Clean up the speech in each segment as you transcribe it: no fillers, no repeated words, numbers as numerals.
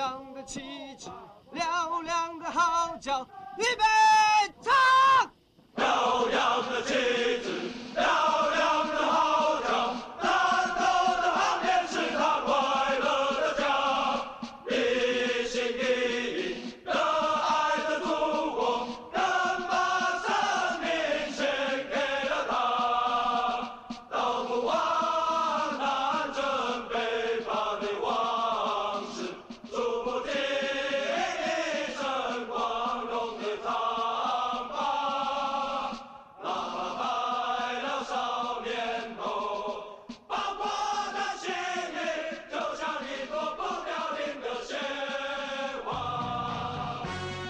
亮的旗帜，嘹亮的号角，预备，唱！ 嘹亮的旗帜，嘹亮的号角，战斗的航天是他快乐的家。一心一意热爱着祖国，人把生命献给了他。道不完南征北伐的往事，数不尽一生光荣的长发。哪怕白了少年头，包括在心里，就像一朵不凋零的鲜花。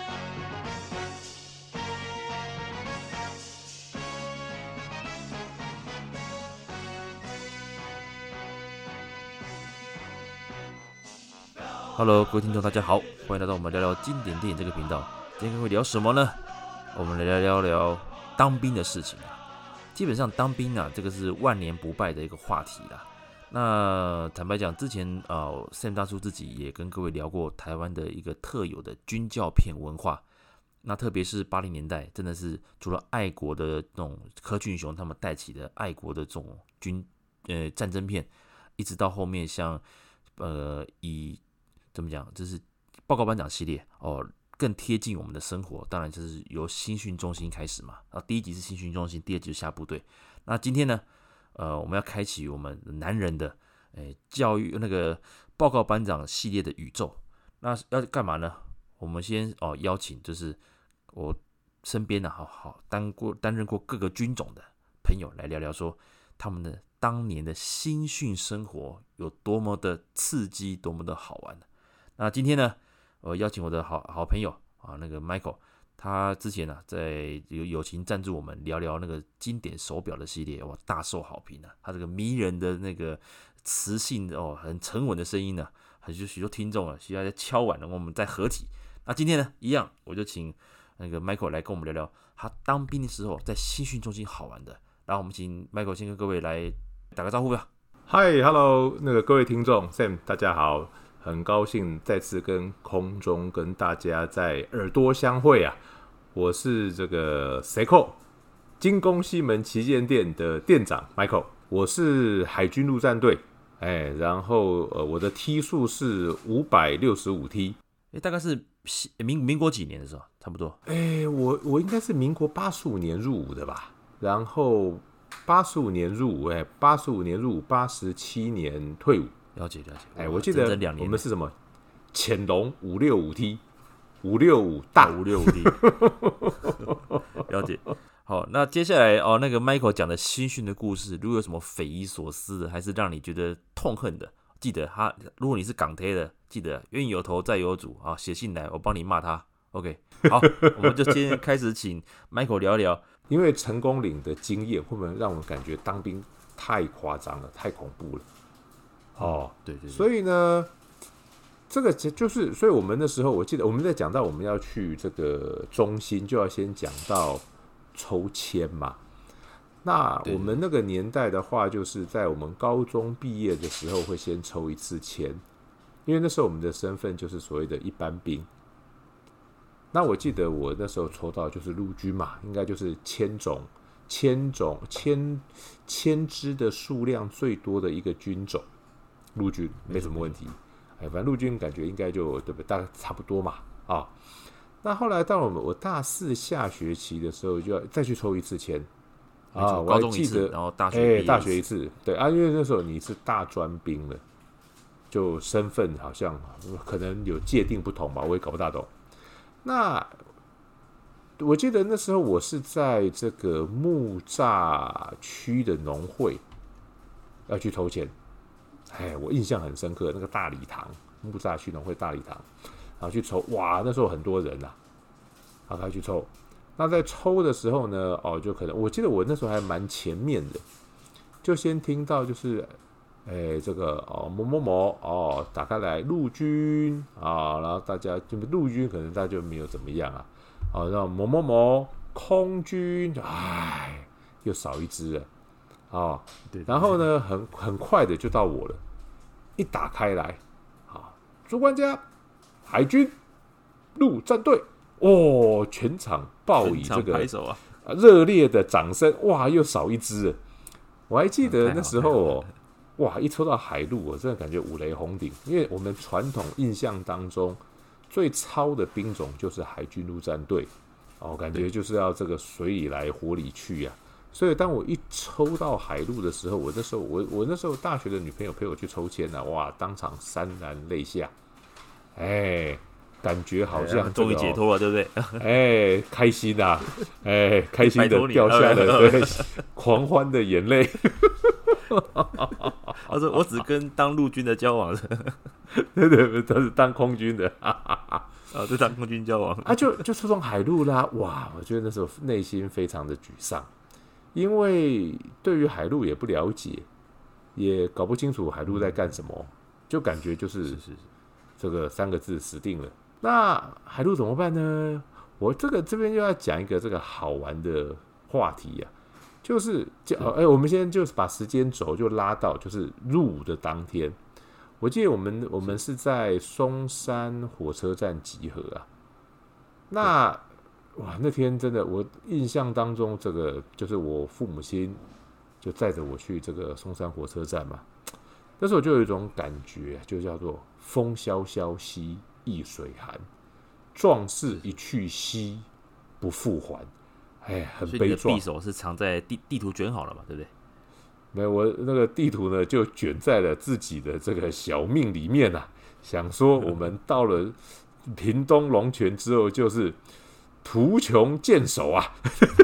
Hello， 各位听众，大家好，欢迎来到我们聊聊经典电影这个频道。今天会聊什么呢？我们来聊聊当兵的事情啊。基本上当兵啊，这个是万年不败的一个话题啦。那坦白讲，之前Sam 大叔自己也跟各位聊过台湾的一个特有的军教片文化。那特别是80年代，真的是除了爱国的那种柯俊雄他们带起的爱国的这种战争片，一直到后面像怎么讲，就是报告班长系列哦，更贴近我们的生活。当然就是由新训中心开始嘛。第一集是新训中心，第二集是下部队。那今天呢，我们要开启我们男人的教育那个报告班长系列的宇宙。那要干嘛呢？我们先邀请就是我身边的担任过各个军种的朋友来聊聊，说他们的当年的新训生活有多么的刺激，多么的好玩。那今天呢，我邀请我的好朋友啊，那个 Michael， 他之前在友情赞助我们聊聊那个经典手表的系列，哇，大受好评啊！他这个迷人的那个磁性很沉稳的声音呢，很许多听众需要在敲碗，我们再合体。那今天呢，一样，我就请那个 Michael 来跟我们聊聊他当兵的时候在新训中心好玩的。然后我们请 Michael 先跟各位来打个招呼吧。 嗨 ，Hello， 那个各位听众 ，Sam， 大家好。很高兴再次跟空中跟大家在耳朵相会啊！我是这个 Seiko 金宫西门旗舰店的店长 Michael， 我是海军陆战队，然后我的梯数是565梯， 大概是民国几年的时候，差不多。 我应该是民国85年入伍的吧，然后85年入伍，85年入伍，87年退伍。 了解。 我记得我们是什么潜龙565大 565T，了解。好，那接下来那个 Michael 讲的新训的故事，如果有什么匪夷所思的，还是让你觉得痛恨的，记得如果你是港铁的，记得冤有头债有主啊，写信来，我帮你骂他。OK， 好，我们就今天开始请 Michael 聊一聊， 因为成功岭的经验，会不会让我们感觉当兵太夸张了，太恐怖了？ 对， 所以呢，这个就是，所以我们那时候，我记得我们在讲到我们要去这个中心，就要先讲到抽签嘛。那我们那个年代的话，就是在我们高中毕业的时候会先抽一次签，因为那时候我们的身份就是所谓的一般兵。那我记得我那时候抽到就是陆军嘛，应该就是千支的数量最多的一个军种。陆军没什么问题，反正陆军感觉应该就对不对？大概差不多嘛啊。那后来到了我大4下学期的时候，就要再去抽一次签啊。我还记得， 然后大学一次，对啊，因为那时候你是大专兵了，就身份好像可能有界定不同吧，我也搞不大懂。那我记得那时候我是在这个木栅区的农会要去抽签。我印象很深刻，那个大礼堂，木栅区农会大礼堂，然后去抽，哇，那时候很多人啊，然后他去抽。那在抽的时候呢，就可能我记得我那时候还蛮前面的，就先听到就是这个某某某打开来陆军啊，然后大家就陆军可能大家就没有怎么样啊，然后某某某空军，又少一支了对，然后呢很快的就到我了，一打开来，主管家海军陆战队哦，全场报以这个拍手啊， 热烈的掌声，哇，又少一支了。我还记得那时候哦，哇，一抽到海陆，我真的感觉五雷轰顶，因为我们传统印象当中最超的兵种就是海军陆战队，哦，感觉就是要这个水里来火里去呀、所以当我一抽到海陆的时候，我那时候大学的女朋友陪我去抽签啊，哇，当场潸然泪下，哎，感觉好像、 终于解脱了，对不对？ 哎，开心啊，哎，开心的掉下了对狂欢的眼泪。 他说：“我只跟当陆军的交往， 对，他是当空军的， 就当空军交往。 就出动海陆啦，哇！我觉得那时候内心非常的沮丧，因为对于海陆也不了解，也搞不清楚海陆在干什么，就感觉就是这个3个字死定了。那海陆怎么办呢？我这边就要讲一个这个好玩的话题呀、就是我们先就是把时间轴就拉到就是入伍的当天。我记得我们是在松山火车站集合啊。那哇，那天真的我印象当中，这个就是我父母亲就载着我去这个松山火车站嘛。那时候就有一种感觉，就叫做风萧萧兮易水寒，壮士一去兮不复还。哎，很悲壮。 匕首是藏在地图卷好了嘛，对不对？ 没有，我那个地图呢就卷在了自己的这个小命里面啊。想说我们到了屏东龙泉之后，就是图穷见首啊。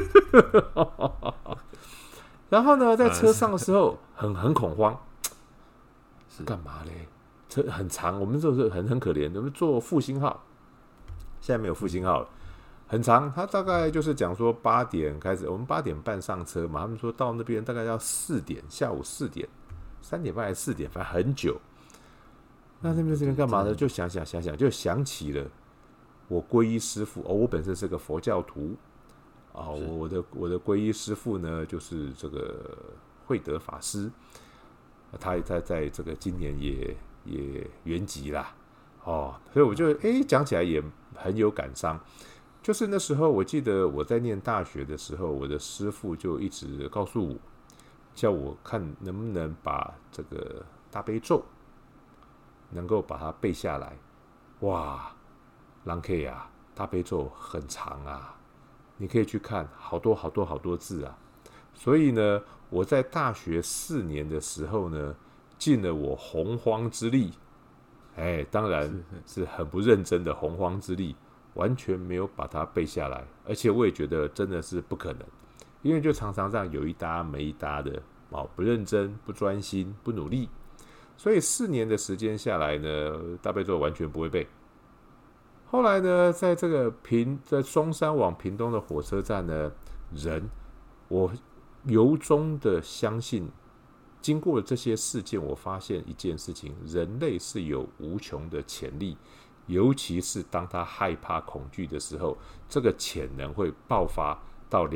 然后呢，在车上的时候很恐慌，是干嘛嘞？车很长，我们这是很可怜，我们坐复兴号，现在没有复兴号了。很长，他大概就是讲说8点开始，我们8点半上车嘛，他们说到那边大概要4点，下午4点，3点半还是4点，反正很久。那这边干嘛呢？就想，就想起了我皈依师父哦，我本身是个佛教徒啊，我的皈依师父呢就是这个慧德法师，他在这个今年也圆寂啦哦，所以我就讲起来也很有感伤。就是那时候，我记得我在念大学的时候，我的师父就一直告诉我，叫我看能不能把这个大悲咒能够把它背下来。哇，人可以啊，大悲咒很长啊，你可以去看，好多字啊。所以呢，我在大学4年的时候呢，尽了我洪荒之力，当然是很不认真的洪荒之力。完全没有把它背下来，而且我也觉得真的是不可能，因为就常常这样有一搭没一搭的，不认真、不专心、不努力，所以4年的时间下来呢，大悲咒完全不会背。后来呢，在这个在松山往屏东的火车站呢，我由衷的相信，经过这些事件，我发现一件事情：人类是有无穷的潜力。尤其是当他害怕恐惧的时候，这个潜能会爆发到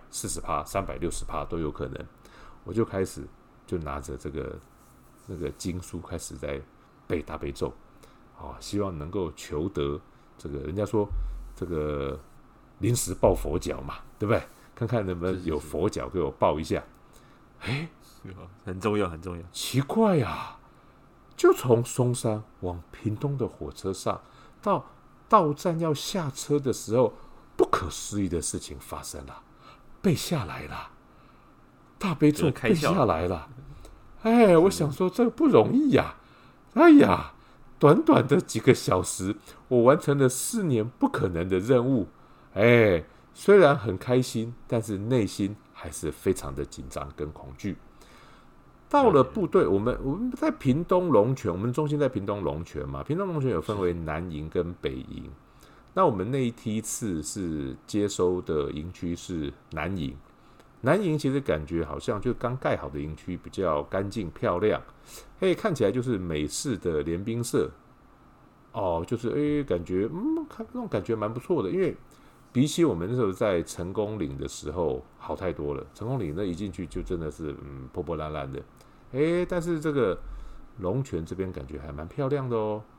240%、360%都有可能。我就开始就拿着那个经书开始在背大悲咒，希望能够求得这个人家说这个临时抱佛脚嘛，对不对？看看能不能有佛脚给我抱一下。 很重要，很重要。 奇怪啊！就从松山往屏东的火车上，到站要下车的时候，不可思议的事情发生了，背下来了，大悲咒背下来了。我想说这不容易呀！短短的几个小时，我完成了4年不可能的任务。虽然很开心，但是内心还是非常的紧张跟恐惧。到了部队，我们在屏东龙泉，我们中心在屏东龙泉嘛。屏东龙泉有分为南营跟北营。那我们那一梯次是接收的营区是南营。南营其实感觉好像就刚盖好的营区，比较干净漂亮，看起来就是美式的联兵社。就是感觉那种感觉蛮不错的，因为比起我们那时候在成功岭的时候好太多了。成功岭那一进去就真的是破破烂烂的。但是这个龙泉这边感觉还蛮漂亮的哦。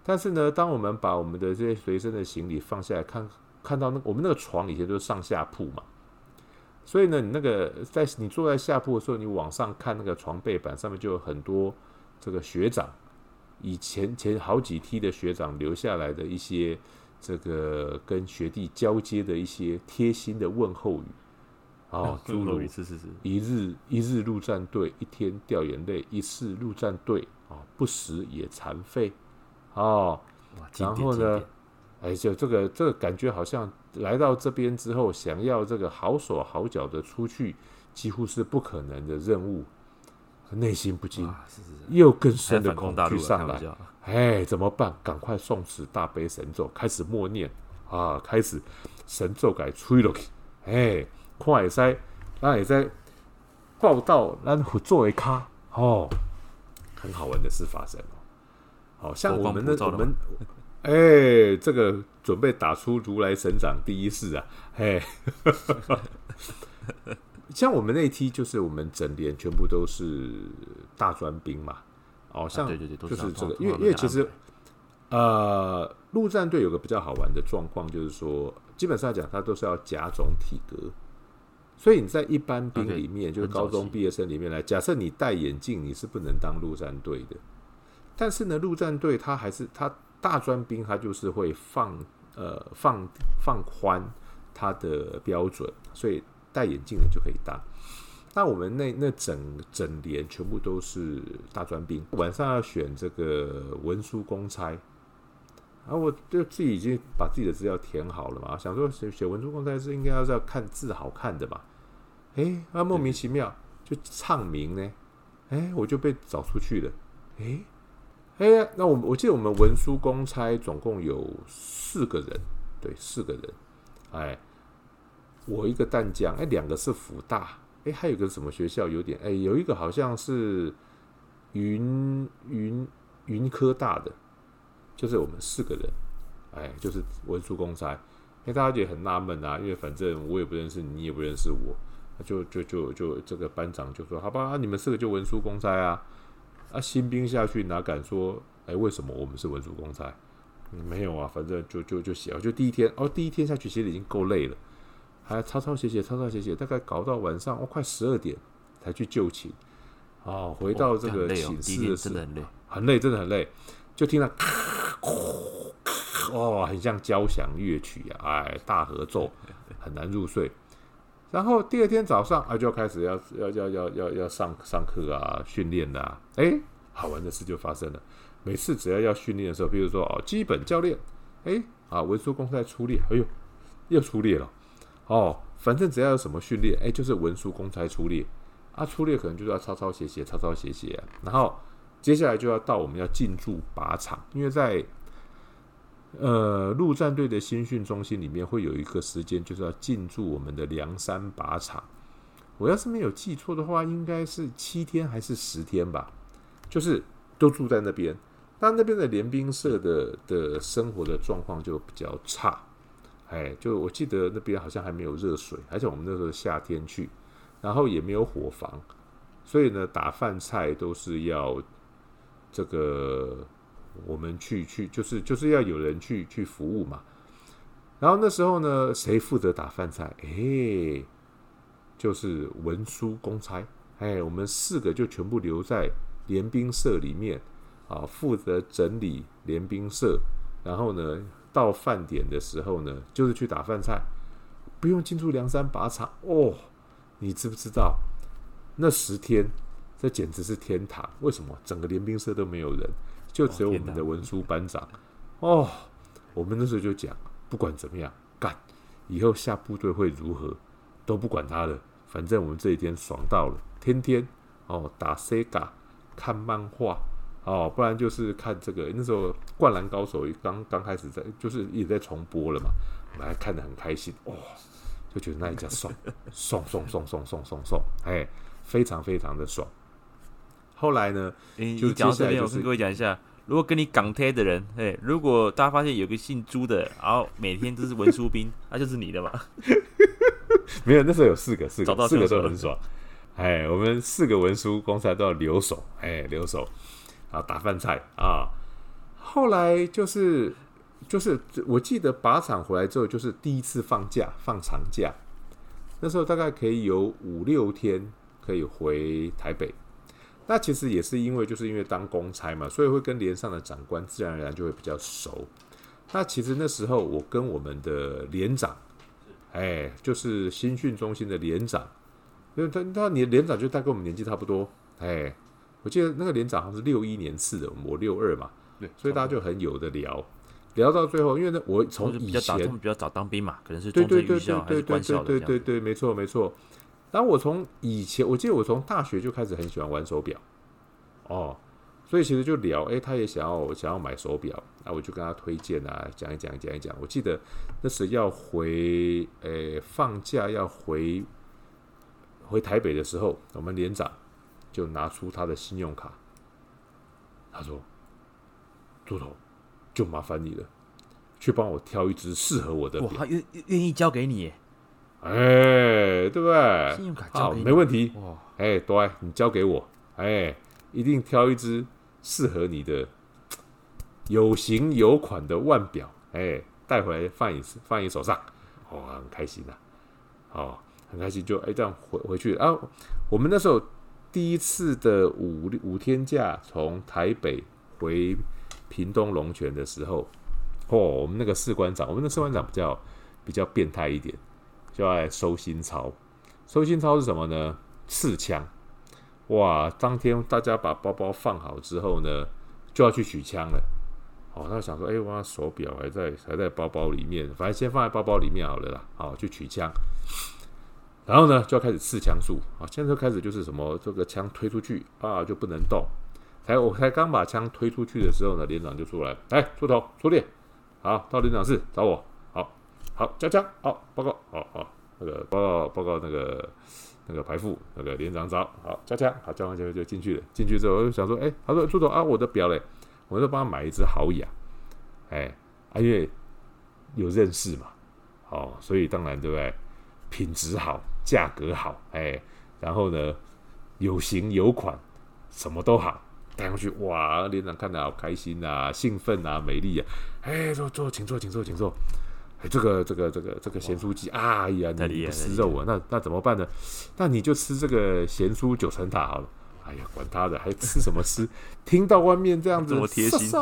但是呢，当我们把我们的这些随身的行李放下来，看到我们那个床以前都是上下铺嘛，所以呢，你坐在下铺的时候，你往上看那个床背板上面就有很多这个学长，以前好几梯的学长留下来的一些这个跟学弟交接的一些贴心的问候语。诸如一日陆战队，一天掉眼泪；一世陆战队，不死也残废。然后呢，就这个感觉好像来到这边之后，想要这个好手好脚的出去，几乎是不可能的任务。内心不禁又更深的恐惧上来。怎么办？赶快诵持大悲神咒，开始默念开始神咒改吹落去。看会使，咱会使报到咱作为咖很好玩的事发生像我们这个准备打出如来神掌第一式啊，像我们那一梯就是我们整连全部都是大专兵嘛，像就是这个，因为其实陆战队有个比较好玩的状况，就是说基本上讲它都是要甲种体格。所以你在一般兵里面，就是高中毕业生里面来，假设你戴眼镜，你是不能当陆战队的。但是呢，陆战队他大专兵，他就是会放宽他的标准，所以戴眼镜的就可以当。那我们那整连全部都是大专兵，晚上要选这个文书公差。我就自己已经把自己的资料填好了嘛，想说写文书公差是应该要看字好看的嘛，莫名其妙就唱名呢，我就被找出去了，那我记得我们文书公差总共有4个人，对，4个人，我一个淡江，2个是辅大，还有一个什么学校有点，有一个好像是云科大的。就是我们4个人，就是文书公差，大家觉得很纳闷啊，因为反正我也不认识你，你也不认识我，就这个班长就说，好吧，你们4个就文书公差啊，新兵下去哪敢说，为什么我们是文书公差？没有啊，反正就写，就第一天下去写的已经够累了，还抄写，大概搞到晚上快12点才去就寝，回到这个寝室的时候，很累，真的很累。就听到很像交响乐曲啊，大合奏，很难入睡。然后第二天早上就开始要上课啊，训练啊，好玩的事就发生了。每次只要训练的时候，比如说基本教练，文书公差出列，又出列了，反正只要有什么训练，就是文书公差出列出列可能就是要抄写啊，然后。接下来就要到我们要进驻靶场，因为在陆战队的新训中心里面会有一个时间，就是要进驻我们的梁山靶场。我要是没有记错的话，应该是7天还是10天吧，就是都住在那边。那边的联兵社的生活的状况就比较差，就我记得那边好像还没有热水，而且我们那时候夏天去，然后也没有伙房，所以呢打饭菜都是要。这个我们去就是要有人去服务嘛，然后那时候呢，谁负责打饭菜？就是文书公差，我们4个就全部留在联兵社里面负责整理联兵社，然后呢，到饭点的时候呢，就是去打饭菜，不用进驻梁山靶场你知不知道那10天？这简直是天堂！为什么？整个联兵社都没有人，就只有我们的文书班长。我们那时候就讲，不管怎么样，干，以后下部队会如何，都不管他了。反正我们这一天爽到了，天天打 Sega 看漫画不然就是看这个。那时候《灌篮高手》刚开始就是一直在重播了嘛，我们还看得很开心就觉得那一家爽，非常非常的爽。后来呢，就接下来就是我跟各位讲一下，如果跟你港贴的人，如果大家发现有个姓朱的，然后每天都是文书兵，那就是你的嘛。 没有，那时候有4个都很爽。我们4个文书公差都要留守，打饭菜后来就是我记得靶场回来之后，就是第一次放长假，那时候大概可以有5-6天可以回台北。那其实也是因为当公差嘛，所以会跟连上的长官自然而然就会比较熟。那其实那时候我跟我们的连长，就是新训中心的连长，因为他连长就大概跟我们年纪差不多，我记得那个连长好像是61年次的，我62嘛， 对， 所以大家就很有的聊到最后，因为我从以前他们比较早当兵嘛，可能是中正预校还是官校的这样子。 对，没错。然后我从以前，我记得我从大学就开始很喜欢玩手表，所以其实就聊，他也想要买手表，那我就跟他推荐啊，讲一讲。我记得那时要放假要回台北的时候，我们连长就拿出他的信用卡，他说：“猪头，就麻烦你了，去帮我挑一只适合我的表。” 哇，他愿意交给你耶， 对不对？ 信用卡交给你， 没问题。 哇， 对，你交给我，一定挑一只适合你的有型有款的腕表，带回来放你手上，很开心很开心，就这样回去啊。我们那时候第一次的五天假，从台北回屏东龙泉的时候，我们那个士官长比较变态一点，就要来收心操。收心操是什么呢？刺枪。哇！当天大家把包包放好之后呢，就要去取枪了。他想说，我手表还在包包里面，反正先放在包包里面好了啦。去取枪，然后呢就要开始刺枪术。现在就开始就是什么，这个枪推出去就不能动。我才刚把枪推出去的时候呢，连长就出来，出头出列，好，到连长室找我，好，交枪，好，报告，那个报告那个排副那个连长找，好，交枪，好，交完枪就进去了。进去之后我就想说，他说猪头我的表嘞，我就帮他买一只豪雅，因为有认识嘛，所以当然对不对？品质好，价格好，然后呢有型有款，什么都好，带上去，哇！连长看得好开心啊，兴奋啊，美丽啊，坐，请坐。这个咸酥鸡，哎呀，你不吃肉啊？那怎么办呢？那你就吃这个咸酥9层塔好了。哎呀，管他的，还吃什么吃？听到外面这样子， 这么贴心，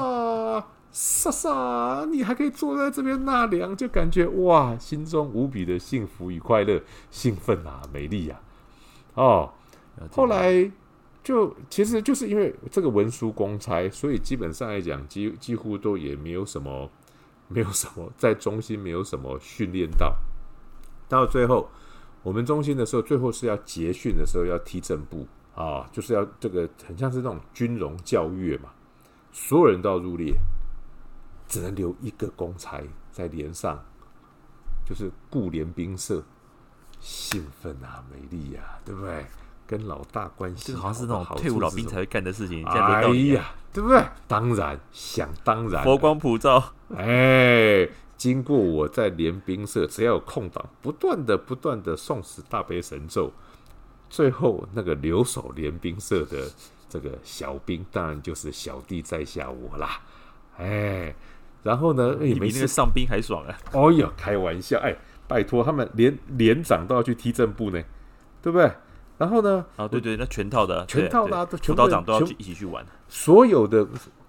傻，你还可以坐在这边纳凉，就感觉哇，心中无比的幸福与快乐，兴奋啊，美丽啊，后来其实就是因为这个文书公差，所以基本上来讲，几乎都也没有什么在中心没有什么训练到最后，我们中心的时候，最后是要结训的时候要踢正步就是要这个很像是那种军容教阅嘛，所有人都要入列，只能留一个公差在连上，就是顾联兵社，兴奋啊，美丽啊，对不对？跟老大关系， 这个好像是那种退伍老兵才会干的事情。 对不对？当然， 佛光普照。 经过我在联兵社，只要有空档，不断的诵持大悲神咒，最后那个留守联兵社的这个小兵，当然就是小弟在下我啦。然后呢， 你比那个上兵还爽啊！ 开玩笑，拜托，他们连长都要去踢正步呢，对不对？然后呢？ 对，那全套的， 辅导长都要一起去玩。 所有的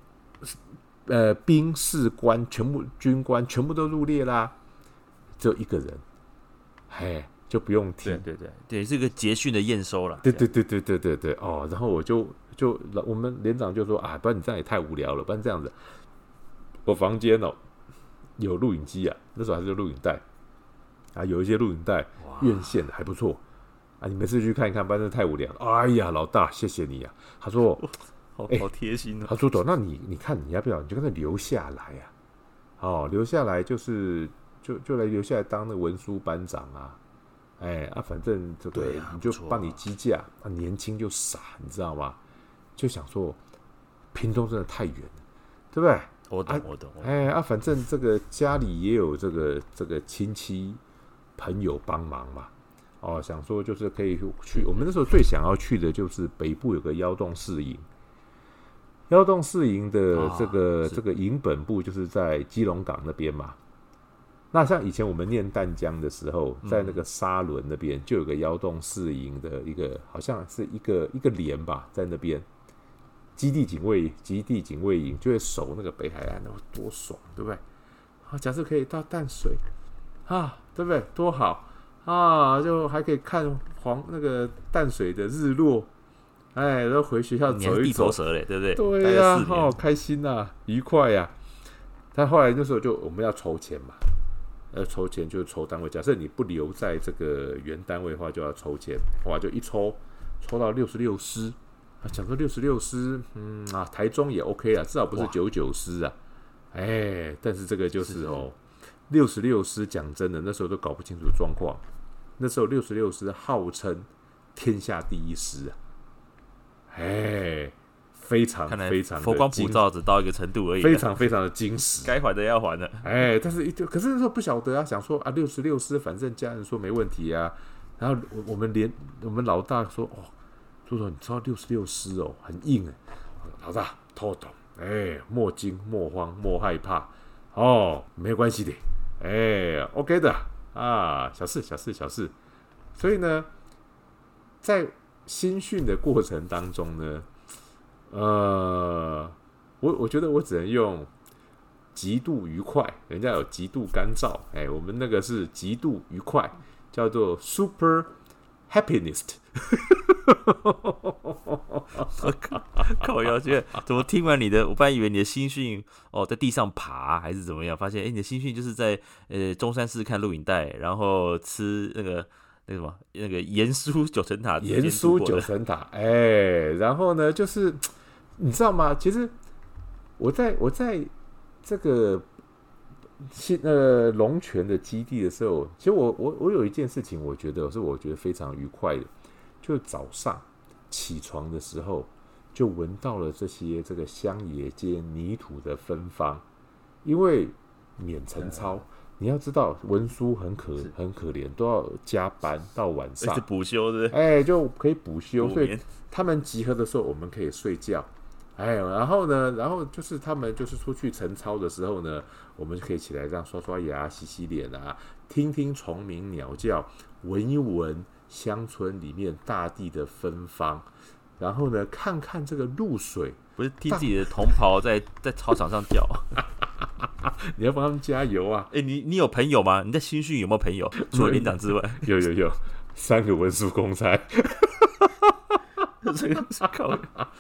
兵士官全部军官全部都入列啦，只有一个人，就不用踢。 对，是个结训的验收了。 对。然后我们连长就说不然你这样也太无聊了，不然这样子，我房间有录影机啊，那时候还是录影带有一些录影带院线的还不错。你每次去看一看，不然真的太无聊了。哎呀，老大，谢谢你啊！他说， 好贴心哦。 他说：“那你看你要不要？你就跟他留下来啊！留下来就来留下来当那个文书班长啊！反正这个你就帮你机架，年轻就傻，你知道吗？就想说，屏东真的太远了，对不对？ 我懂。 反正这个家里也有这个亲戚朋友帮忙嘛。”想说就是可以去，我们那时候最想要去的就是北部有个窑洞市营， 幺洞四营的是这个营本部就是在基隆港那边嘛。那像以前我们念淡江的时候，在那个沙仑那边就有个幺洞四营的一个，好像是一个连吧，在那边基地警卫营就会守那个北海岸，多爽，对不对？啊，假设可以到淡水啊，对不对？多好啊！就还可以看那个淡水的日落。哎，然后回学校走一走， 地头蛇嘞，对不对？ 对呀、好开心呐、愉快呀、但后来那时候我们要筹钱嘛，抽钱就是抽单位。假设你不留在这个原单位的话，就要抽钱，哇，就一抽到66师啊。讲说66师，台中也 OK 啦，至少不是99师啊。哎，但是这个就是66师讲真的，那时候都搞不清楚状况。那时候66师号称天下第一师啊。哎，非常非常的佛光普照只到一个程度而已， 非常非常的矜持， 该还的要还的。 哎，但是可是那时候不晓得啊，想说啊66师，反正家人说没问题啊。然后我们老大说朱总，你知道66师很硬哎。老大头懂，哎，莫惊莫慌莫害怕没关系的，哎 ，OK 的啊，小事。所以呢，在新训的过程当中呢，我觉得我只能用极度愉快，人家有极度干燥，哎，我们那个是极度愉快，叫做 super happiness。 靠腰，觉得怎么听完你的，我本来以为你的新训在地上爬还是怎么样，发现你的新训就是在中山市看录影带，然后吃那个什么那个盐酥九层塔， 哎，然后呢，就是你知道吗？其实我在这个龙泉的基地的时候，其实我有一件事情，我觉得非常愉快的，就早上起床的时候，就闻到了这个乡野间泥土的芬芳，因为免晨操。你要知道，文书很可怜，都要加班到晚上， 是补休的， 哎，就可以补休，所以他们集合的时候，我们可以睡觉，哎，然后就是他们就是出去晨操的时候呢，我们就可以起来这样刷刷牙、洗洗脸啊，听听虫鸣鸟叫，闻一闻乡村里面大地的芬芳，然后呢，看看这个露水， 不是听自己的同袍在操场上叫。 你要帮他们加油啊！ 你有朋友吗？你在新训有没有朋友？除了连长之外， 有3个文书公差， 这个是靠，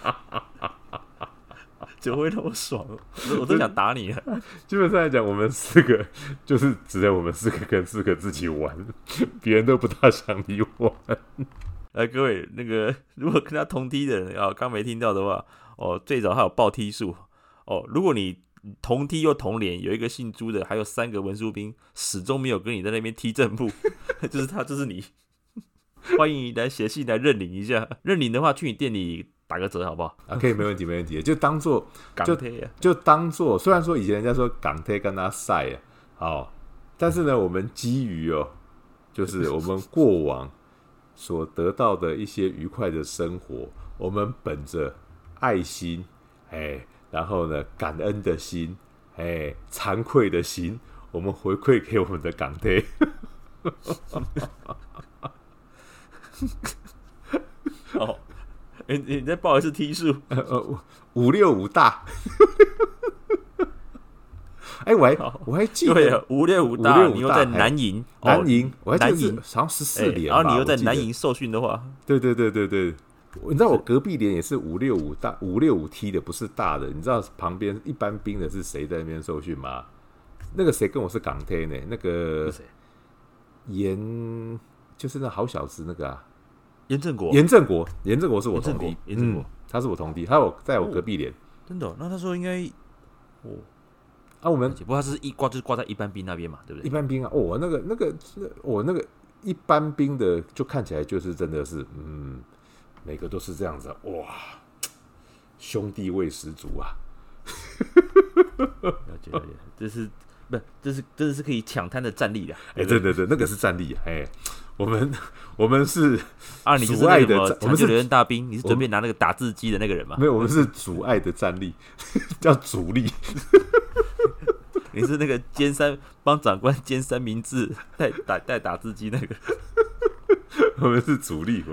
怎么会那么爽？我都想打你了。 基本上来讲，我们4个就是只有我们4个跟4个自己玩，别人都不大想理我们。 各位，那个如果跟他同梯的人刚没听到的话，最早还有报梯数如果你同梯又同连，有一个姓朱的，还有3个文书兵，始终没有跟你在那边踢正步，就是他，就是你。欢迎你来写信来认领一下，认领的话去你店里打个折好不好？ 可以，没问题，就当做港贴啊， 就当做，虽然说以前人家说港贴跟他晒但是呢，我们基于就是我们过往所得到的一些愉快的生活，我们本着爱心，然后呢，感恩的心，惭愧的心，我们回馈给我们的港队。 你再报一次梯数 ，565大。我还记得对565大，你又在南营， 我还记得好像14连， 然后你又在南营受训的话， 对，你知道我隔壁连也是565大565梯的，不是大的。你知道旁边一般兵的是谁在那边受训吗？那个谁跟我是港铁呢？那个就是那好小子那个严正国是我同梯，他是我同梯，他有在我隔壁连。 真的？那他说应该我们不过他是就是挂在一般兵那边嘛，对不对？ 一般兵啊，那个一般兵的就看起来就是真的是每个都是这样子哇，兄弟味十足啊。 了解，这是不，这是可以抢滩的战力的。 对，那个是战力。我们是啊，你就是阻碍的， 我们是留任大兵，你是准备拿那个打字机的那个人吗？ 没有，我们是阻碍的战力，叫阻力。 你是那个帮长官兼三明治带打字机那个。 我们是主力。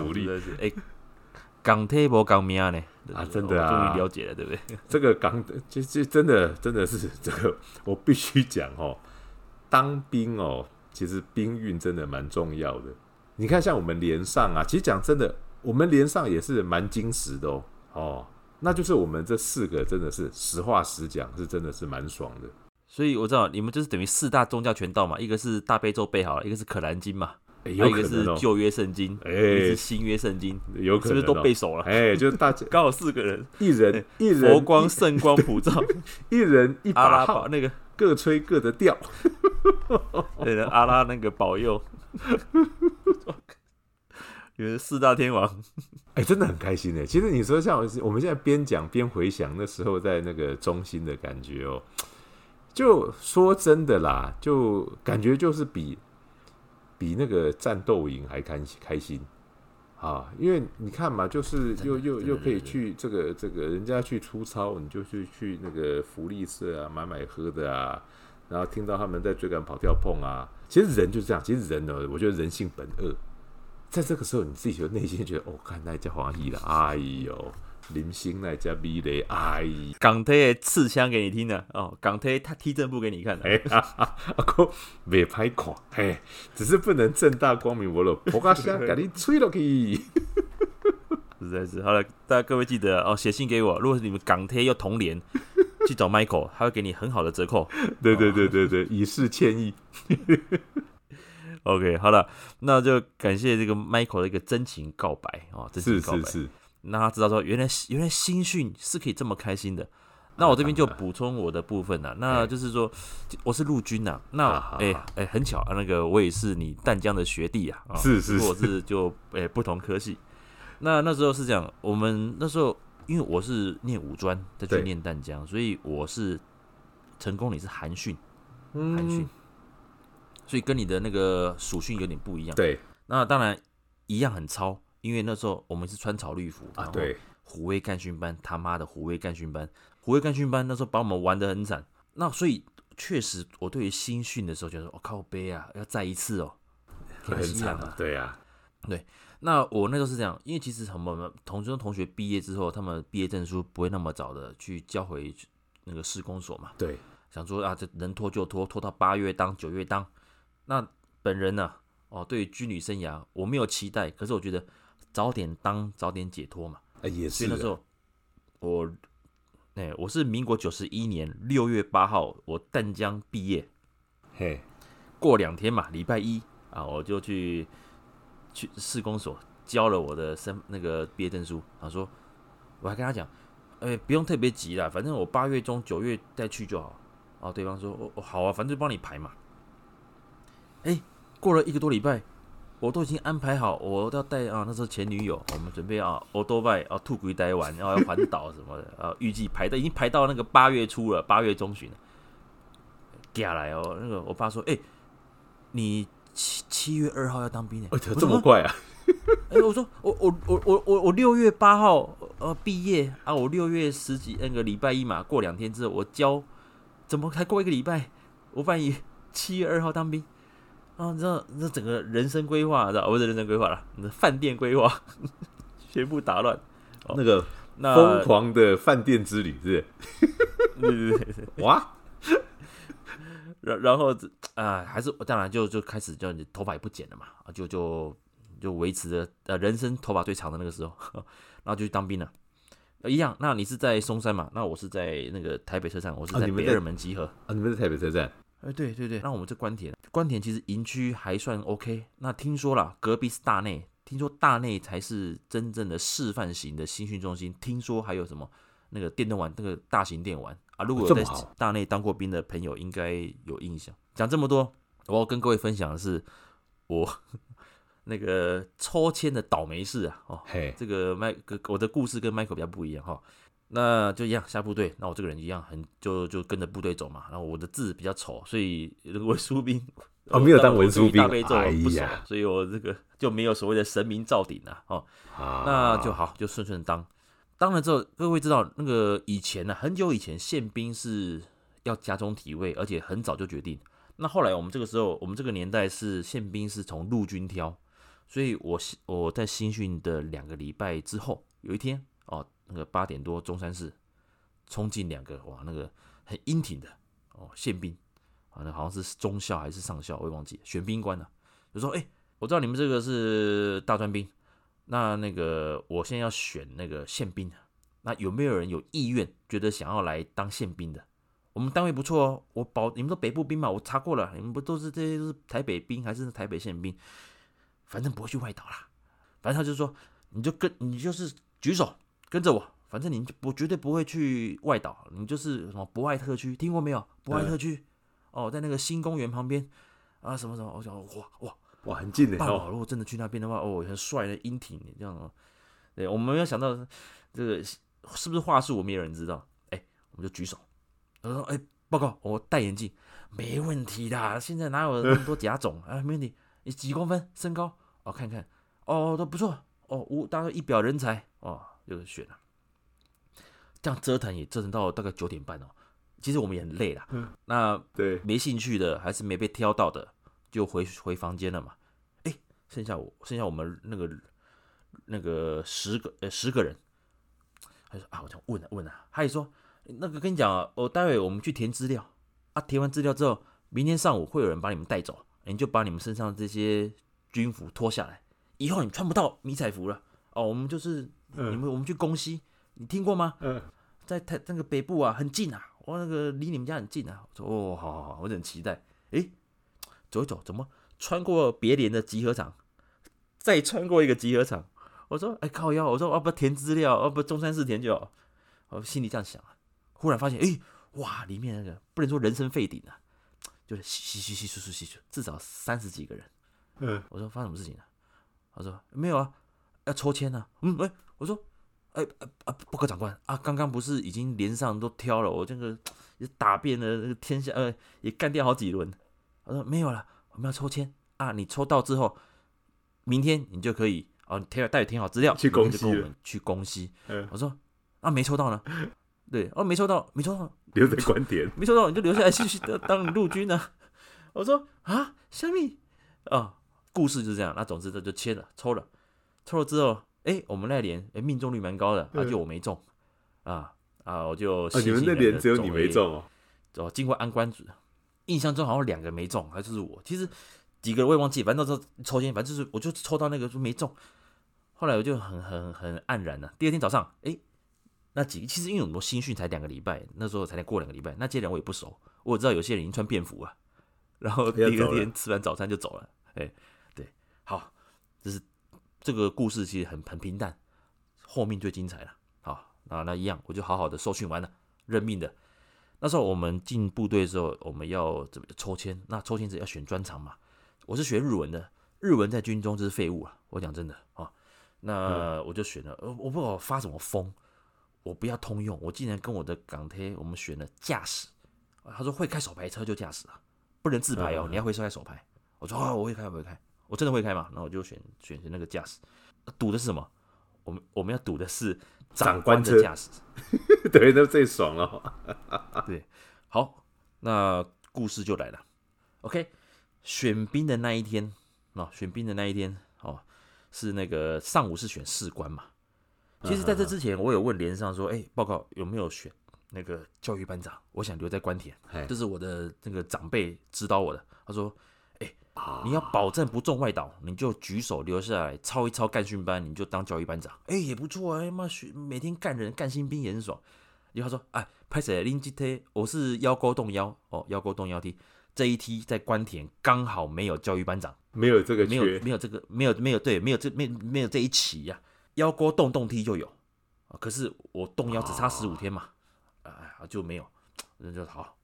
港铁无港命呢真的啊， 终于了解了，对不对？ 这个真的是这个，我必须讲当兵其实兵运真的蛮重要的。你看，像我们连上啊，其实讲真的，我们连上也是蛮精实的那就是我们这4个真的是实话实讲，是真的是蛮爽的。 所以我知道你们就是等于4大宗教全到嘛，一个是大悲咒背好了，一个是可兰经嘛。 有可能一个是旧约圣经，一个是新约圣经， 有可能是不是都背熟了？ 就是大家刚好4个人， 一人佛光圣光普照， 一人一把号， 那个各吹各的调， 对的，阿拉那个保佑，有4大天王， 真的很开心其实你说像我们现在边讲边回想那时候在那个中心的感觉就说真的啦，就感觉就是比那个战斗营还开心因为你看嘛，就是又可以去这个人家去出操，你就去那个福利社啊买喝的啊，然后听到他们在追赶跑跳碰啊，其实人就是这样，其实人我觉得人性本恶，在这个时候你自己就内心觉得看那家欢喜了，哎呦。林星那家美雷， 港铁的刺枪给你听的港铁他踢正步给你看的， 袂歹看，只是不能正大光明我了，我把声给你吹落去。 实在是好了，大家各位记得写信给我，如果是你们港铁又同联去找 Michael， 他会给你很好的折扣。 对，以示歉意。 OK， 好了，那就感谢这个 Michael 的一个真情告白真情告白。是。让他知道说，原来新训是可以这么开心的。那我这边就补充我的部分那就是说，我是陆军那很巧那个我也是你淡江的学弟是， 我是就不同科系。那时候是这样，我们那时候因为我是念五专，再去念淡江，所以我是成功，你是寒训，所以跟你的那个暑训有点不一样。 对， 那当然一样很操。因为那时候我们是穿草绿服对， 虎威干训班，他妈的虎威干训班那时候把我们玩得很惨。那所以确实，我对于新训的时候觉得，靠背啊，要再一次很惨对啊， 对。那我那时候是这样，因为其实我们同学毕业之后，他们毕业证书不会那么早的去交回那个市公所嘛， 对， 想说这能拖就拖到8月当9月当。那本人呢，对于军旅生涯我没有期待，可是我觉得。早点当，早点解脱嘛。 也是。 所以那时候我是民国91年6月8号，我淡江毕业。过2天嘛，礼拜1我就去市公所交了我的那个毕业证书。他说，我还跟他讲，不用特别急啦，反正我8月中9月再去就好。对方说，好啊，反正就帮你排嘛。过了1个多礼拜。我都已经安排好，我要带那时候前女友，我们准备欧多拜吐鬼台湾，要环岛什么的预计已经排到那个8月初了，8月中旬了。下来那个我爸说，你7月2号要当兵这么快啊？ 我说我6月8号毕业我6月10几那个礼拜1嘛，过2天之后我交，怎么才过1个礼拜？我万一7月2号当兵。你知道这整个人生规划，知道不是人生规划了，你的饭店规划全部打乱。 那个疯狂的饭店之旅是不是？ 对哇！然后还是当然就开始就你头发也不剪了嘛，就维持着人生头发最长的那个时候，然后就去当兵了。一样，那你是在松山嘛？那我是在那个台北车站，我是在北二门集合。 你们在台北车站？ 对，那我们这关田其实营区还算 OK。那听说啦，隔壁是大内，听说大内才是真正的示范型的新训中心。听说还有什么那个电动玩，那个大型电玩如果有在大内当过兵的朋友，应该有印象。讲这么多，我要跟各位分享的是我那个抽签的倒霉事这个我的故事跟 Michael 比较不一样那就一样下部队，那我这个人一样就跟着部队走嘛。然后我的字比较丑，所以文书兵没有当文书兵， 大悲咒不熟， 哎呀， 所以我这个就没有所谓的神明罩顶啊。那就好，就顺顺当。当了之后，各位知道那个以前呢，很久以前宪兵是要家中体位，而且很早就决定。那后来我们这个时候，我们这个年代是宪兵是从陆军挑，所以我在新训的2个礼拜之后，有一天那个8点多中山市冲进2个那个很英挺的宪兵那好像是中校还是上校，我也忘记了，选兵官就说我知道你们这个是大专兵，那个我现在要选那个宪兵，那有没有人有意愿觉得想要来当宪兵的？我们单位不错你们都北部兵嘛，我查过了，你们不这些都是台北兵还是台北宪兵，反正不会去外岛啦。反正他就说你就是举手跟着我，反正你绝对不会去外岛，你就是什么博爱特区，听过没有？博爱特区在那个新公园旁边什么什么，我想哇，很近的如果真的去那边的话，很帅的英挺这样对，我们没有想到这个是不是话术，我们也有人知道。我们就举手，他说报告，我戴眼镜，没问题的，现在哪有那么多甲种没问题，你几公分身高看看都不错大概一表人才就选了。这样折腾也折腾到大概9点半其实我们也很累啦。那对， 没兴趣的还是没被挑到的，就回房间了嘛。剩下我们那个10个人，他说我想问他也说那个跟你讲待会我们去填资料填完资料之后，明天上午会有人把你们带走，你就把你们身上这些军服脱下来，以后你穿不到迷彩服了我们就是我们去公西，你听过吗？在那个北部很近那个离你们家很近我说好，我很期待。走一走，怎么穿过别连的集合场，再穿过一个集合场？我说靠腰，我说不填资料，不中山市填就好。我心里这样想忽然发现哇，里面那个不能说人声沸鼎就是稀，至少30几个人。我说发生什么事情他说没有要抽签我说报告长官刚刚不是已经连上都挑了，我这个也打遍了那个天下也干掉好几轮。他说没有了，我们要抽签你抽到之后，明天你就可以带填好资料去公西了， 就跟我们去公西。我说没抽到呢？对，没抽到， 留在官田， 没抽到你就留下来继续当陆军我说虾米故事就是这样。那总之这就签了，抽了之后，我们那连命中率蛮高的就我没中我就你们那连只有你没中经过安官组，印象中好像2个没中，还就是我。其实几个我也忘记，反正到时候抽签，反正就是我就抽到那个就没中。后来我就很黯然了。第2天早上，那其实因为我们新训才2个礼拜，那时候才过2个礼拜，那些人我也不熟，我知道有些人已经穿便服了，然后第2天吃完早餐就走了。对，好，这个故事其实很平淡，后面最精彩了。好，那一样，我就好好的受训完了，认命的。那时候我们进部队的时候，我们要怎么抽签？那抽签是要选专长嘛？我是学日文的，日文在军中就是废物我讲真的那我就选了，我不知道我发什么疯，我不要通用，我竟然跟我的港贴我们选了驾驶。他说会开手排车就驾驶不能自排你要会开手排。我说我会开，我真的会开嘛？那我就选那个驾驶。赌的是什么？我们要赌的是长官的驾驶。 对，那最爽了。 对，好，那故事就来了。OK， 选兵的那一天是那个上午是选士官嘛。其实在这之前，我有问连上说，报告有没有选那个教育班长？我想留在官田，这是我的那个长辈指导我的。他说，你要保证不中外岛，你就举手留下来抄一抄干训班，你就当教育班长。也不错每天干人干新兵也很爽。然后他说，拍谁拎这梯，我是腰沟动腰腰沟动腰梯这一梯在官田刚好没有教育班长， 没有这个缺， 没有这个没有这一期腰沟动梯就有可是我动腰只差15天嘛，就没有，那就好。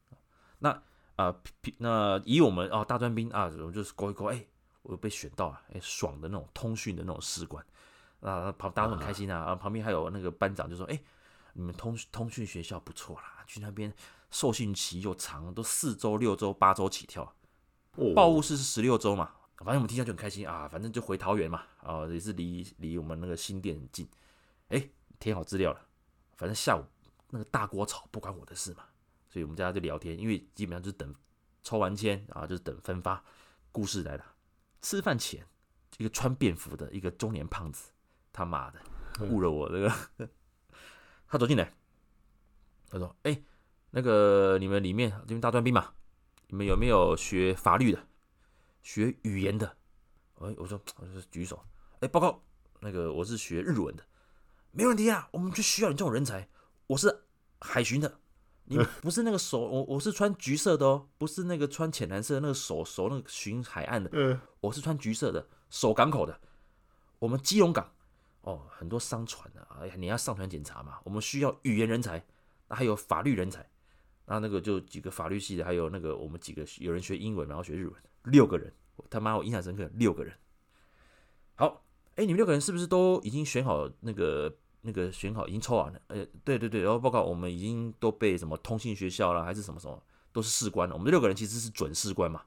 那以我们大专兵我就是勾一勾，我被选到爽的那种通讯的那种士官大家都很开心旁边还有那个班长就说， 你们通讯学校不错啦，去那边受训期又长，都4周、6周、8周起跳。报务室是16周嘛，反正我们听下就很开心啊，反正就回桃园嘛，啊，也是离我们那个新店很近。填好资料了，反正下午那个大锅炒不关我的事嘛，所以我们大家就聊天，因为基本上就是等抽完签啊，就是等分发。故事来了，吃饭前，一个穿便服的一个中年胖子，他妈的误了我这个，他走进来，他说：“那个你们里面这边大专兵嘛，你们有没有学法律的，学语言的？”我说举手，报告，那个我是学日文的，没问题啊，我们就需要你这种人才，我是海巡的。你不是那个手，我是穿橘色的哦，不是那个穿浅蓝色的那个手那个巡海岸的，我是穿橘色的，守港口的。我们基隆港很多商船啊，你要上船检查嘛，我们需要语言人才，还有法律人才。那个就几个法律系的，还有那个我们几个有人学英文，然后学日文，6个人，他妈我印象深刻，6个人。好，你们6个人是不是都已经选好那个选好已经抽完了？对，然后报告我们已经都被什么通信学校啦，还是什么都是士官了。我们这6个人其实是准士官嘛。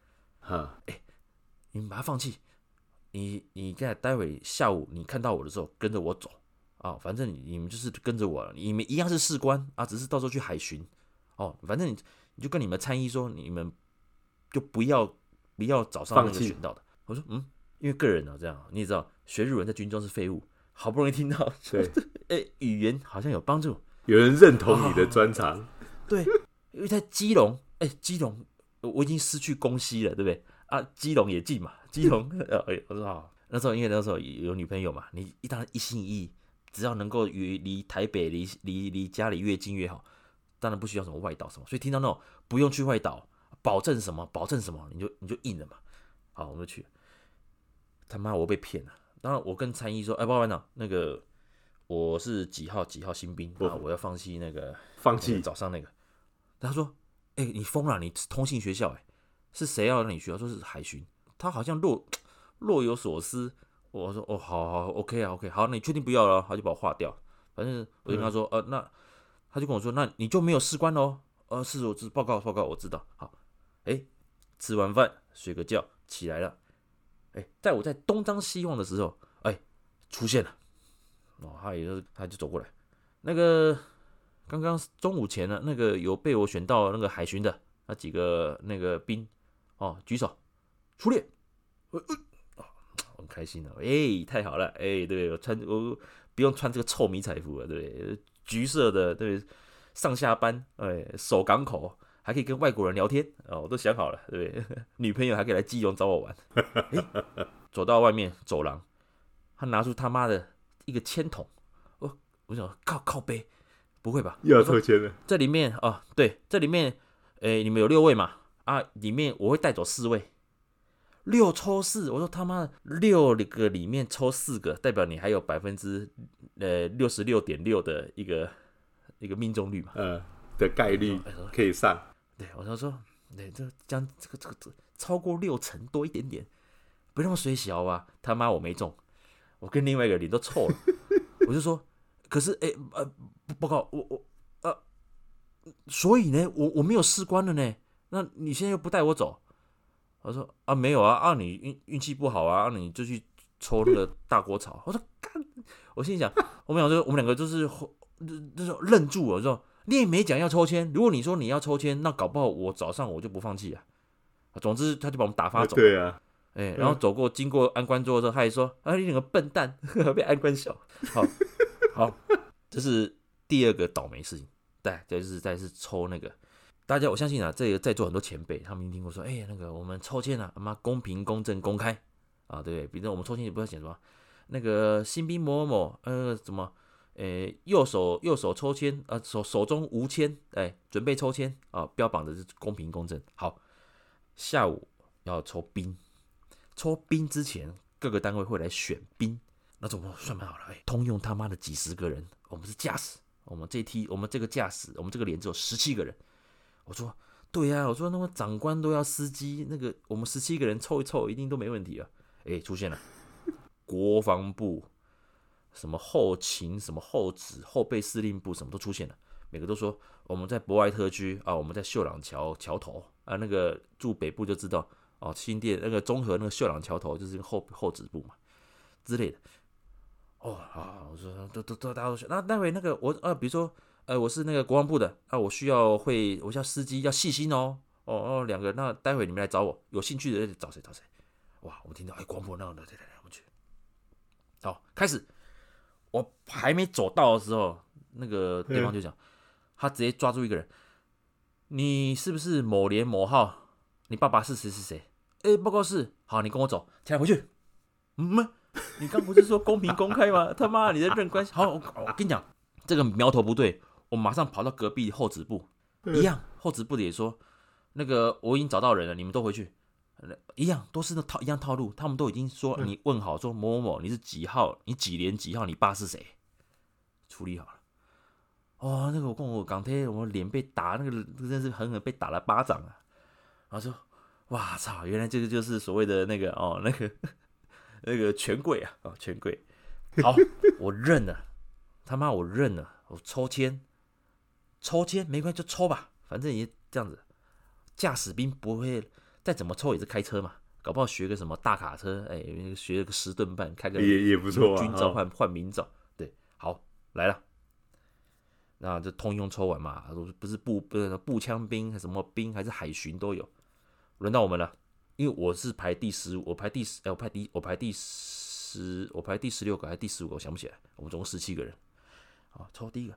你们把它放弃，你待会下午你看到我的时候跟着我走啊，反正你们就是跟着我，你们一样是士官啊，只是到时候去海巡反正你就跟你们参议说，你们就不要早上那个选到的。我说因为个人这样你也知道，学日文在军中是废物。好不容易听到，对，语言好像有帮助， 有人认同你的专长， 对，因为在基隆，基隆我已经失去公西了，对不对？啊，基隆也近嘛，基隆，我说好，那时候因为那时候有女朋友嘛，你当然一心一意，只要能够离台北离家里越近越好，当然不需要什么外岛什么，所以听到那种不用去外岛，保证什么，你就应了嘛，好，我们就去了，他妈我被骗了。当然，我跟参议说：“报告班长，那个我是几号新兵啊，我要放弃早上那个。”他说：“你疯了！你通信学校是谁要让你学？”他说是海巡，他好像若有所思。我说：“好 ，OK 啊 ，OK， 好，那你确定不要了？”他就把我划掉。反正我就跟他说：“那他就跟我说，那你就没有士官喽？”是我报告，我知道。好，吃完饭睡个觉，起来了。在我在东张西望的时候，出现了，他就走过来，那个刚刚中午前呢，那个有被我选到那个海巡的那几个那个兵，举手，出列，很开心了，太好了，对我不用穿这个臭迷彩服了，对，橘色的，对，上下班，守港口。还可以跟外国人聊天我都想好了，对不对？女朋友还可以来基隆找我玩。走到外面走廊，他拿出他妈的一个签筒，我想靠背，不会吧？ 又要抽签了？ 这里面对，这里面你们有6位嘛？里面我会带走4位，6抽4。我说他妈的6个里面抽4个，代表你还有66.6%的一个命中率嘛？ 的概率可以上。 对，我就说，这个超过60%多一点点，不用水小啊！他妈我没中，我跟另外一个脸都臭了。我就说，可是报告所以呢，我没有士官了呢。那你现在又不带我走？我说没有啊，你运气不好啊，你就去抽那个大锅炒。我说干，我心里想，我们两个就是愣住了，说。你也没讲要抽签，如果你说你要抽签，那搞不好我早上我就不放弃啊。总之，他就把我们打发走。 对啊， 然后经过安官桌之后，他还说：“你两个笨蛋，被安官笑。”好，这是第2个倒霉事情。再是抽那个，大家我相信这个在座很多前辈，他们一定听过说，那个我们抽签妈公平、公正、公开对不对？比如我们抽签也不要写什么那个新兵某某什么。右手抽签手中无签，准备抽签标榜的是公平公正。好，下午要抽兵，抽兵之前各个单位会来选兵，那我们算盘好了，通用他妈的几10个人，我们是驾驶，我们这个驾驶，我们这个连只有17个人。我说对啊，我说那么长官都要司机，那个我们17个人凑一凑一定都没问题啊。出现了国防部什么后勤、什么后指、后备司令部，什么都出现了。每个都说我们在博爱特区啊，我们在秀朗桥头啊，那个住北部就知道哦，新店那个中和那个秀朗桥头就是后指部嘛之类的。哦啊，我说都大家都说，那待会那个我比如说我是那个国防部的啊，我需要司机要细心哦两个，那待会你们来找我，有兴趣的找谁？哇，我们听到国防部那个来，我们去。好，开始，我还没走到的时候，那个对方就讲，他直接抓住一个人，你是不是某连某号？你爸爸是谁？报告是，好，你跟我走，起来回去。你刚不是说公平公开吗？他妈，你在认关系？好，我跟你讲，这个苗头不对，我马上跑到隔壁后指部，一样，后指部的也说，那个我已经找到人了，你们都回去。一样都是一样套路，他们都已经说你问好，说某某某你是几号，你几连几号，你爸是谁，处理好了。哦，那个我跟我港铁，我脸被打，那个真是狠狠被打了巴掌啊！然后说，哇操，原来这个就是所谓的那个那个权贵啊，权贵。好，我认了，他妈我认了，我抽签没关系就抽吧，反正也这样子，驾驶兵不会。再怎么抽也是开车嘛，搞不好学个什么大卡车，学个10吨半，开个也不错啊。 军照换民照，对，好来了，那就通用抽完嘛，不是步枪兵，什么兵还是海巡都有，轮到我们了，因为我是排第15，我排第16个还是第15个，我想不起来，我们总共17个人，好，抽第一个，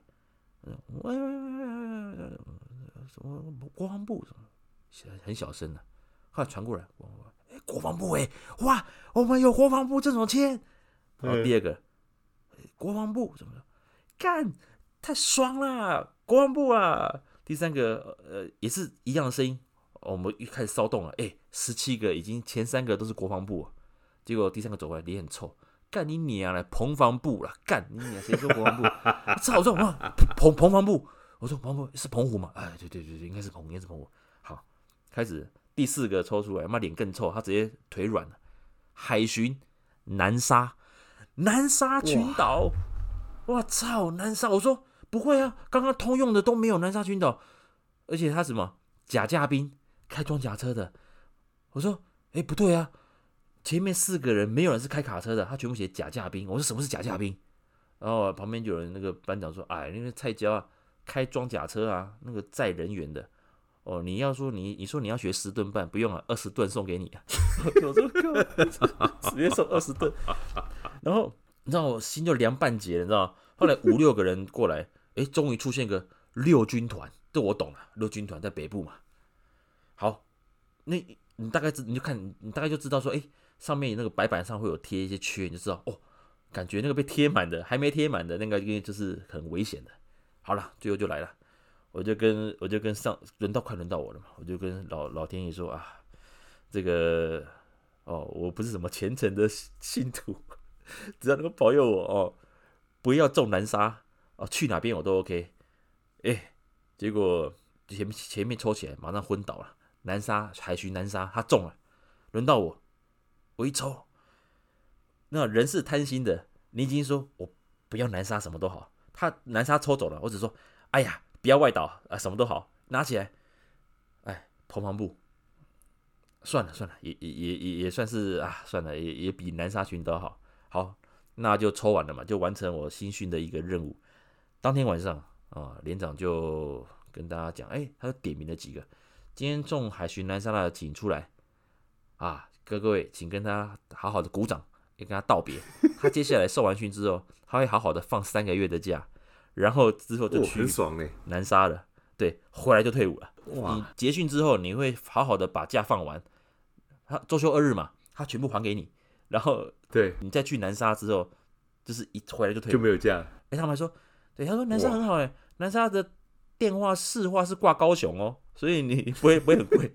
什么国防部什么，很小声的。后来传过来，国防部哇，我们有国防部这种签。然后第二个，国防部怎么了？干，太爽了，国防部啊！第三个，也是一样的声音，我们一开始骚动了，17个已经前3个都是国防部，结果第3个走过来，脸很臭，干你娘了，澎防部了，干你娘，谁说国防部？操，这种澎防部，我说澎防部是澎湖吗？对，应该是澎湖。好，开始。第4个抽出来，妈脸更臭，他直接腿软了。海巡南沙群岛，哇操，南沙！我说不会啊，刚刚通用的都没有南沙群岛，而且他什么假驾兵，开装甲车的。我说不对啊，前面4个人没有人是开卡车的，他全部写假驾兵。我说什么是假驾兵？然后旁边就有人那个班长说，那个菜椒啊，开装甲车啊，那个载人员的。你要说你说你要学10吨半，不用啊，20吨送给你啊！我说直接送20吨，然后你知道我心就凉半截了，你知道？后来5、6个人过来，终于出现个6军团，这我懂了，6军团在北部嘛。好，那你大概就知道说，上面那个白板上会有贴一些缺，你就知道感觉那个被贴满的，还没贴满的那个，因为就是很危险的。好了，最后就来了。我就跟快轮到我了嘛，我就跟老天爷说啊，这个我不是什么虔诚的信徒，只要能够保佑我不要中南沙去哪边我都 OK。结果前面抽起来马上昏倒了，南沙海巡南沙他中了，轮到我一抽，那人是贪心的，你已经说我不要南沙什么都好，他南沙抽走了，我只说哎呀。不要外岛什么都好，拿起来，澎防部，算了，也算是算了，也比南沙群岛好。好，那就抽完了嘛，就完成我新训的一个任务。当天晚上连长就跟大家讲，他就点名了几个，今天中海巡南沙的请出来各位，请跟他好好的鼓掌，也跟他道别。他接下来受完训之后，他会好好的放3个月的假。然后之后就去南沙了，对，回来就退伍了。你结训之后，你会好好的把假放完，他周休2日嘛，他全部还给你。然后对你再去南沙之后，就是一回来就退伍， 就没有假了。 他们还说，对，他说南沙很好南沙的电话市话是挂高雄所以你不会很贵。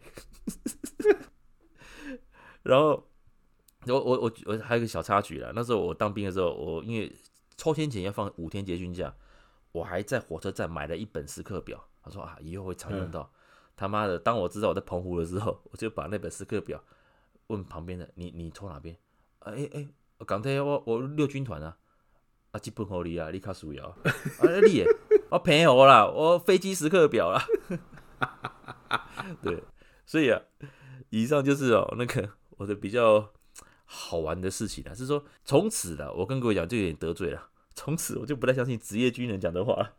然后我还有一个小插曲啦，那时候我当兵的时候，我因为抽签前要放5天结训假。我还在火车站买了一本时刻表，他说以后会常用到。他妈的，当我知道我在澎湖的时候，我就把那本时刻表问旁边的你抽哪边？港铁我6军团啊。 啊，这本给你啊，你较需要。啊，你的，我平好啦，我飞机时刻表啦。对，所以啊，以上就是那个我的比较好玩的事情啦，是说从此啦，我跟各位讲，就有点得罪了。从此我就不太相信职业军人讲的话了。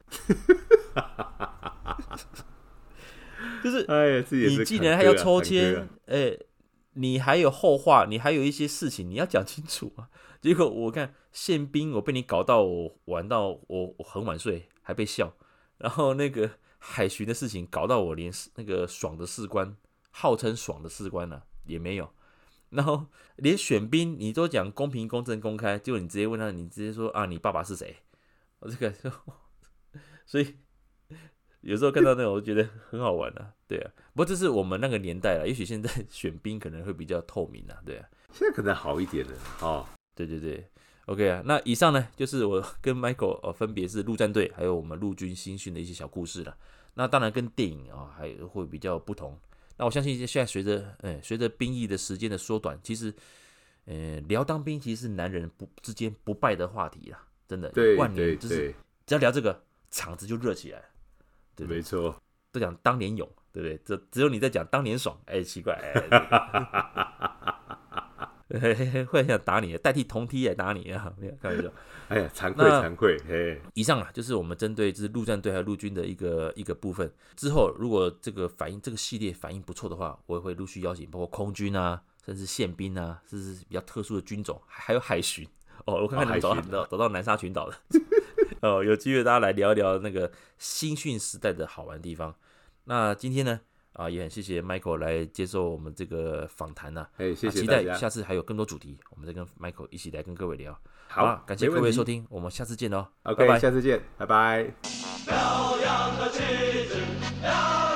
就是你既然还要抽签，你还有后话，你还有一些事情你要讲清楚啊。结果我看宪兵，我被你搞到我玩到我很晚睡，还被笑。然后那个海巡的事情搞到我连那个爽的士官，号称爽的士官也没有。然后连选兵你都讲公平、公正、公开，结果你直接问他，你直接说啊，你爸爸是谁？我这个，所以有时候看到那种，我觉得很好玩啊，对啊。不过这是我们那个年代了，也许现在选兵可能会比较透明啊，对啊。 现在可能好一点了哦。 对对对 ，OK 啊。那以上呢，就是我跟 Michael 分别是陆战队还有我们陆军新训的一些小故事了。那当然跟电影还会比较不同。那我相信现在随着兵役的时间的缩短，其实聊当兵其实是男人之间不败的话题啦，真的，万年就是只要聊这个场子就热起来了，对， 没错， 都讲当年勇，对不对？只有你在讲当年爽，奇怪，会很想打你，代替同梯来打你啊！没有开玩笑。 哎呀，惭愧。 以上啊，就是我们针对就是陆战队还有陆军的一个部分。之后如果这个系列反应不错的话，我也会陆续邀请包括空军啊，甚至宪兵啊，甚至比较特殊的军种，还有海巡。我看看能找到南沙群岛的。有机会大家来聊一聊那个新训时代的好玩的地方。那今天呢？也很谢谢 Michael 来接受我们这个访谈呐。 谢谢期大家， 待下次还有更多主题，我们再跟 Michael 一起来跟各位聊。 好， 感谢各位收听，我们下次见喽。 OK， 拜拜， 下次见，拜拜。 飘扬的旗帜，